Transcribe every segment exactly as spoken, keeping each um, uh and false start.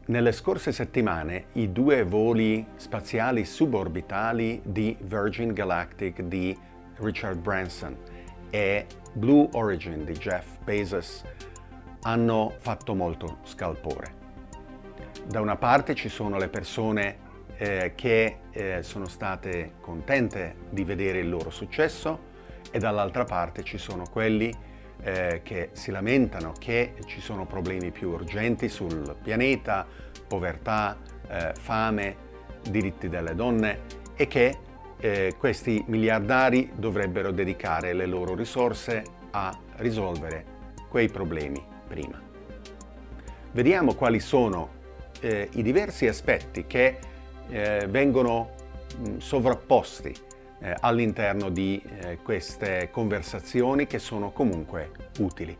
Nelle scorse settimane i due voli spaziali suborbitali di Virgin Galactic di Richard Branson e Blue Origin di Jeff Bezos hanno fatto molto scalpore. Da una parte ci sono le persone eh, che eh, sono state contente di vedere il loro successo e dall'altra parte ci sono quelli eh, che si lamentano che ci sono problemi più urgenti sul pianeta, povertà, eh, fame, diritti delle donne e che eh, questi miliardari dovrebbero dedicare le loro risorse a risolvere quei problemi prima. Vediamo quali sono eh, i diversi aspetti che eh, vengono mh, sovrapposti eh, all'interno di eh, queste conversazioni che sono comunque utili.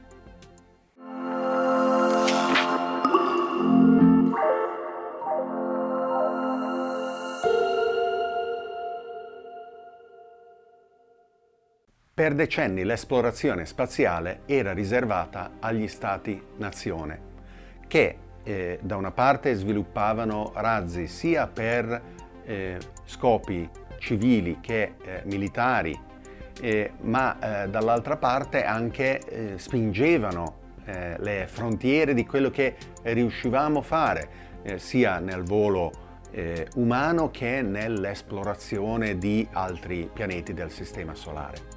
Per decenni l'esplorazione spaziale era riservata agli Stati-nazione, che eh, da una parte sviluppavano razzi sia per eh, scopi civili che eh, militari, eh, ma eh, dall'altra parte anche eh, spingevano eh, le frontiere di quello che riuscivamo a fare, eh, sia nel volo eh, umano che nell'esplorazione di altri pianeti del Sistema Solare.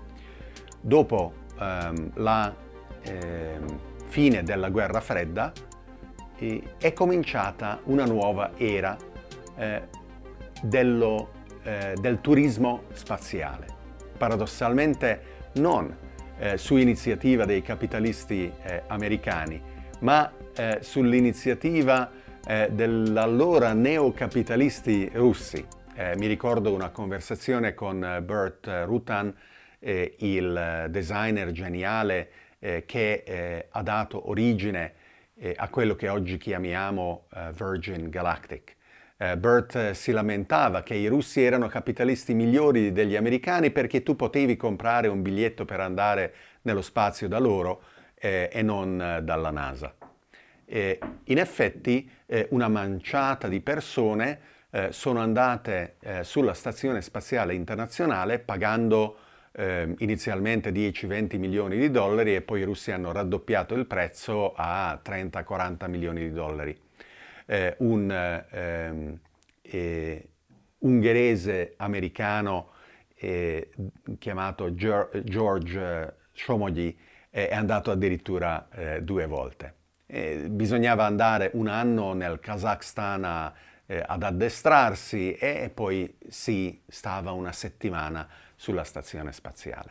Dopo ehm, la ehm, fine della Guerra Fredda eh, è cominciata una nuova era eh, dello, eh, del turismo spaziale. Paradossalmente non eh, su iniziativa dei capitalisti eh, americani, ma eh, sull'iniziativa eh, dell'allora neocapitalisti russi. Eh, mi ricordo una conversazione con Burt Rutan, Eh, il designer geniale eh, che eh, ha dato origine eh, a quello che oggi chiamiamo eh, Virgin Galactic. Eh, Burt eh, si lamentava che i russi erano capitalisti migliori degli americani perché tu potevi comprare un biglietto per andare nello spazio da loro eh, e non eh, dalla NASA. E in effetti eh, una manciata di persone eh, sono andate eh, sulla Stazione Spaziale Internazionale pagando Eh, inizialmente dieci venti milioni di dollari e poi i russi hanno raddoppiato il prezzo a trenta quaranta milioni di dollari. Eh, un eh, eh, ungherese americano eh, chiamato George Somogyi è andato addirittura eh, due volte. Eh, bisognava andare un anno nel Kazakhstan a, eh, ad addestrarsi e poi si stava una settimana sulla stazione spaziale.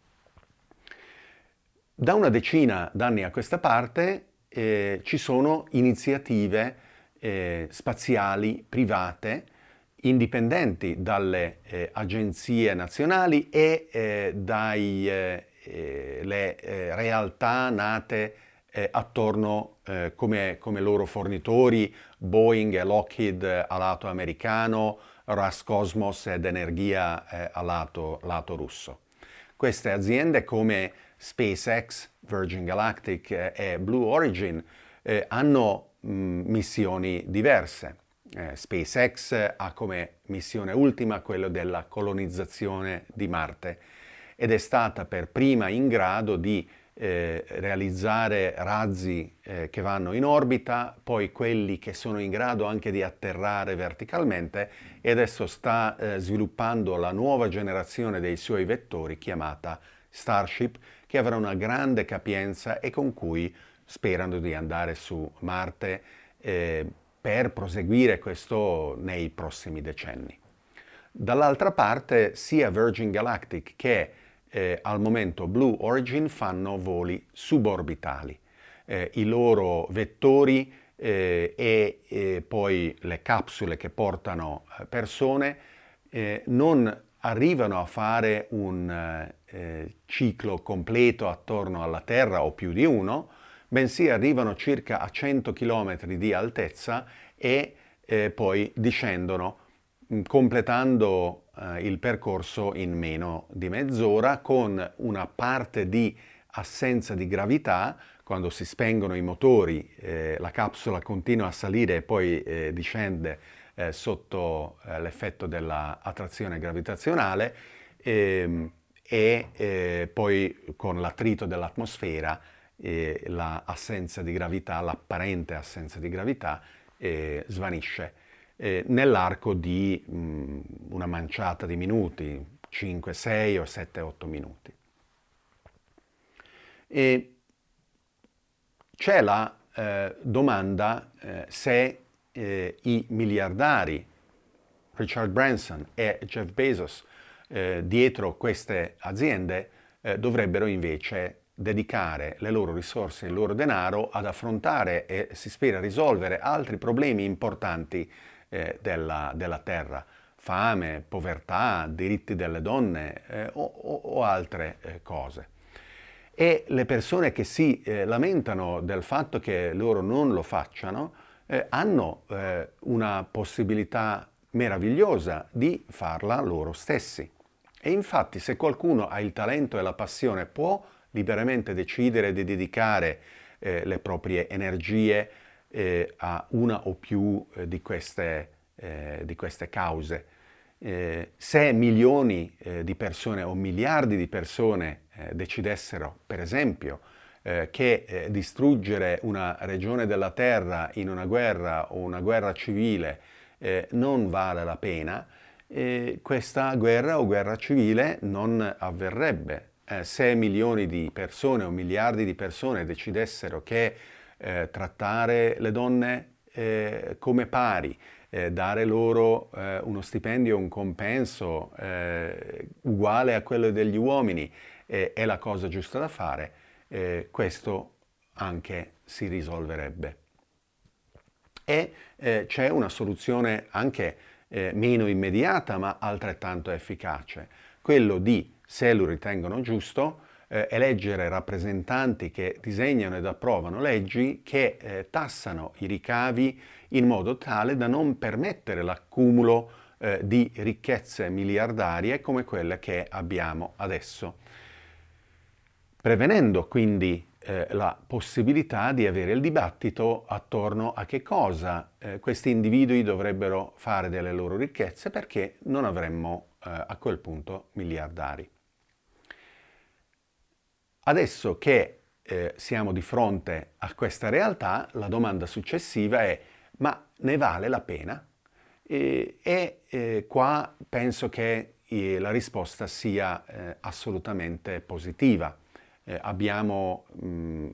Da una decina d'anni a questa parte eh, ci sono iniziative eh, spaziali private indipendenti dalle eh, agenzie nazionali e eh, dalle eh, eh, realtà nate eh, attorno eh, come, come loro fornitori, Boeing e Lockheed a lato americano, Roscosmos ed Energia eh, a lato, lato russo. Queste aziende come SpaceX, Virgin Galactic eh, e Blue Origin eh, hanno mh, missioni diverse. Eh, SpaceX ha come missione ultima quello della colonizzazione di Marte ed è stata per prima in grado di Eh, realizzare razzi eh, che vanno in orbita, poi quelli che sono in grado anche di atterrare verticalmente e adesso sta eh, sviluppando la nuova generazione dei suoi vettori chiamata Starship, che avrà una grande capienza e con cui sperano di andare su Marte eh, per proseguire questo nei prossimi decenni. Dall'altra parte sia Virgin Galactic che Eh, al momento Blue Origin fanno voli suborbitali. Eh, I loro vettori eh, e eh, poi le capsule che portano persone eh, non arrivano a fare un eh, ciclo completo attorno alla Terra o più di uno, bensì arrivano circa a cento chilometri di altezza e eh, poi discendono completando eh, il percorso in meno di mezz'ora con una parte di assenza di gravità, quando si spengono i motori, eh, la capsula continua a salire e poi eh, discende eh, sotto eh, l'effetto dell'attrazione gravitazionale, ehm, e eh, poi con l'attrito dell'atmosfera eh, l'assenza di gravità, l'apparente assenza di gravità eh, svanisce eh, nell'arco di mh, una manciata di minuti, cinque, sei o sette, otto minuti. E c'è la eh, domanda eh, se eh, i miliardari Richard Branson e Jeff Bezos eh, dietro queste aziende eh, dovrebbero invece dedicare le loro risorse e il loro denaro ad affrontare e si spera risolvere altri problemi importanti eh, della, della Terra, fame, povertà, diritti delle donne eh, o, o altre eh, cose. E le persone che si eh, lamentano del fatto che loro non lo facciano eh, hanno eh, una possibilità meravigliosa di farla loro stessi. E infatti se qualcuno ha il talento e la passione può liberamente decidere di dedicare eh, le proprie energie eh, a una o più eh, di, queste, eh, di queste cause. Eh, se milioni eh, di persone o miliardi di persone eh, decidessero, per esempio, eh, che eh, distruggere una regione della Terra in una guerra o una guerra civile eh, non vale la pena, eh, questa guerra o guerra civile non avverrebbe. Eh, se milioni di persone o miliardi di persone decidessero che eh, trattare le donne eh, come pari, Eh, dare loro eh, uno stipendio, un compenso eh, uguale a quello degli uomini eh, è la cosa giusta da fare, eh, questo anche si risolverebbe. E eh, c'è una soluzione anche eh, meno immediata ma altrettanto efficace, quello di, se lo ritengono giusto, eh, eleggere rappresentanti che disegnano ed approvano leggi che eh, tassano i ricavi in modo tale da non permettere l'accumulo eh, di ricchezze miliardarie come quelle che abbiamo adesso, prevenendo quindi eh, la possibilità di avere il dibattito attorno a che cosa eh, questi individui dovrebbero fare delle loro ricchezze, perché non avremmo eh, a quel punto miliardari. Adesso che eh, siamo di fronte a questa realtà, la domanda successiva è: ma ne vale la pena? E, e eh, qua penso che eh, la risposta sia eh, assolutamente positiva. Eh, abbiamo mh,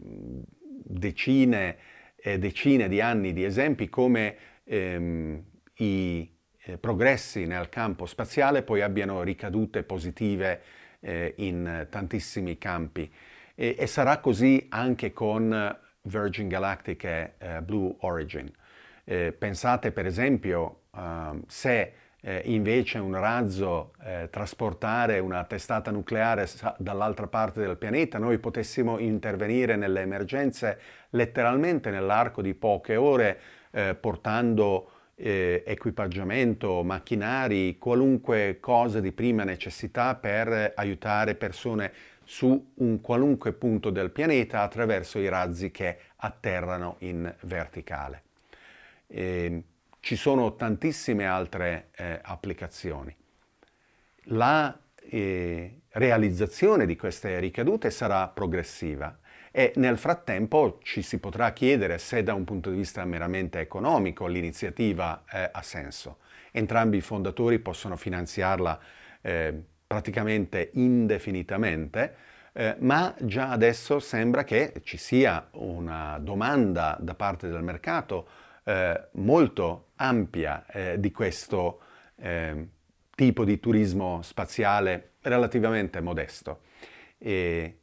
decine e decine di anni di esempi come ehm, i eh, progressi nel campo spaziale poi abbiano ricadute positive eh, in tantissimi campi. E, e sarà così anche con Virgin Galactic e eh, Blue Origin. Eh, pensate per esempio uh, se eh, invece un razzo eh, trasportare una testata nucleare dall'altra parte del pianeta, noi potessimo intervenire nelle emergenze letteralmente nell'arco di poche ore eh, portando eh, equipaggiamento, macchinari, qualunque cosa di prima necessità per aiutare persone su un qualunque punto del pianeta attraverso i razzi che atterrano in verticale. Eh, ci sono tantissime altre eh, applicazioni. La eh, realizzazione di queste ricadute sarà progressiva e nel frattempo ci si potrà chiedere se da un punto di vista meramente economico l'iniziativa eh, ha senso. Entrambi i fondatori possono finanziarla eh, praticamente indefinitamente, eh, ma già adesso sembra che ci sia una domanda da parte del mercato eh, molto ampia eh, di questo eh, tipo di turismo spaziale relativamente modesto. E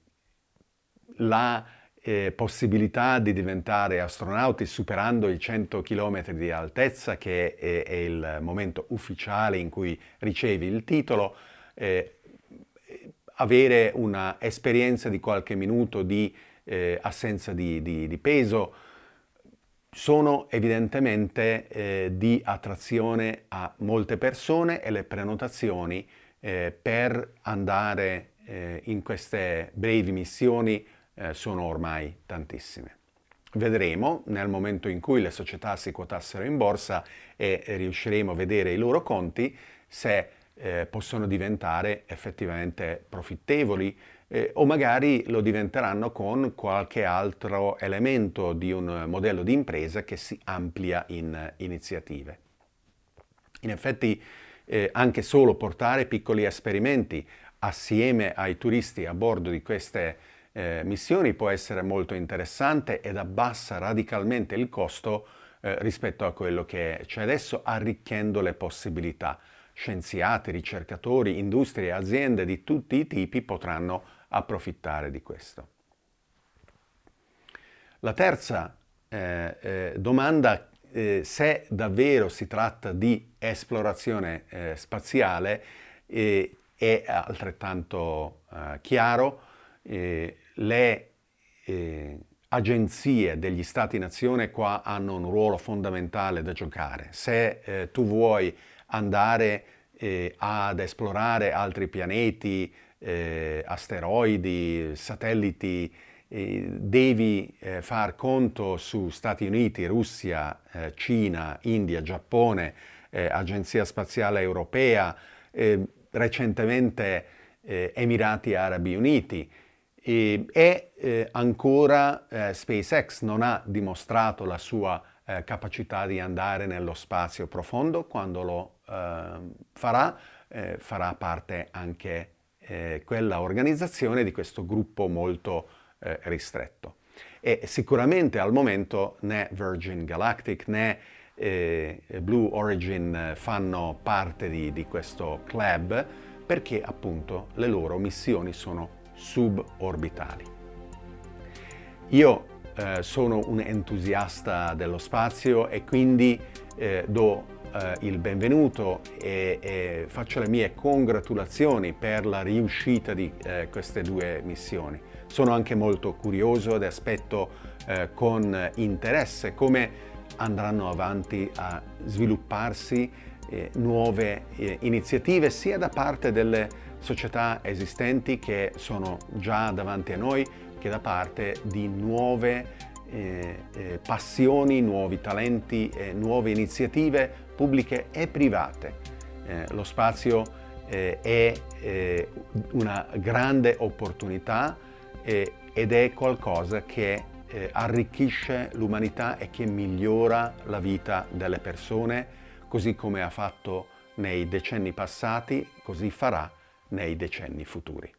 la eh, possibilità di diventare astronauti superando i cento chilometri di altezza, che è, è il momento ufficiale in cui ricevi il titolo, eh, avere una esperienza di qualche minuto di eh, assenza di, di, di peso, sono evidentemente eh, di attrazione a molte persone e le prenotazioni eh, per andare eh, in queste brevi missioni eh, sono ormai tantissime. Vedremo nel momento in cui le società si quotassero in borsa e riusciremo a vedere i loro conti se eh, possono diventare effettivamente profittevoli eh, o magari lo diventeranno con qualche altro elemento di un modello di impresa che si amplia in iniziative. In effetti eh, anche solo portare piccoli esperimenti assieme ai turisti a bordo di queste eh, missioni può essere molto interessante ed abbassa radicalmente il costo eh, rispetto a quello che c'è adesso, arricchendo le possibilità. Scienziati, ricercatori, industrie e aziende di tutti i tipi potranno approfittare di questo. La terza eh, eh, domanda, eh, se davvero si tratta di esplorazione eh, spaziale, eh, è altrettanto eh, chiaro. Eh, le eh, agenzie degli Stati-nazione qua hanno un ruolo fondamentale da giocare. Se eh, tu vuoi andare eh, ad esplorare altri pianeti, eh, asteroidi, satelliti, eh, devi eh, far conto su Stati Uniti, Russia, eh, Cina, India, Giappone, eh, Agenzia Spaziale Europea, eh, recentemente eh, Emirati Arabi Uniti. E, e eh, ancora eh, SpaceX non ha dimostrato la sua eh, capacità di andare nello spazio profondo. Quando lo eh, farà, eh, farà parte anche eh, quella organizzazione di questo gruppo molto eh, ristretto. E sicuramente al momento né Virgin Galactic né eh, Blue Origin fanno parte di, di questo club, perché appunto le loro missioni sono suborbitali. Io eh, sono un entusiasta dello spazio e quindi eh, do eh, il benvenuto e, e faccio le mie congratulazioni per la riuscita di eh, queste due missioni. Sono anche molto curioso ed aspetto eh, con interesse come andranno avanti a svilupparsi eh, nuove eh, iniziative sia da parte delle società esistenti che sono già davanti a noi, che da parte di nuove eh, eh, passioni, nuovi talenti, eh, nuove iniziative pubbliche e private. Eh, lo spazio eh, è eh, una grande opportunità eh, ed è qualcosa che eh, arricchisce l'umanità e che migliora la vita delle persone, così come ha fatto nei decenni passati, così farà nei decenni futuri.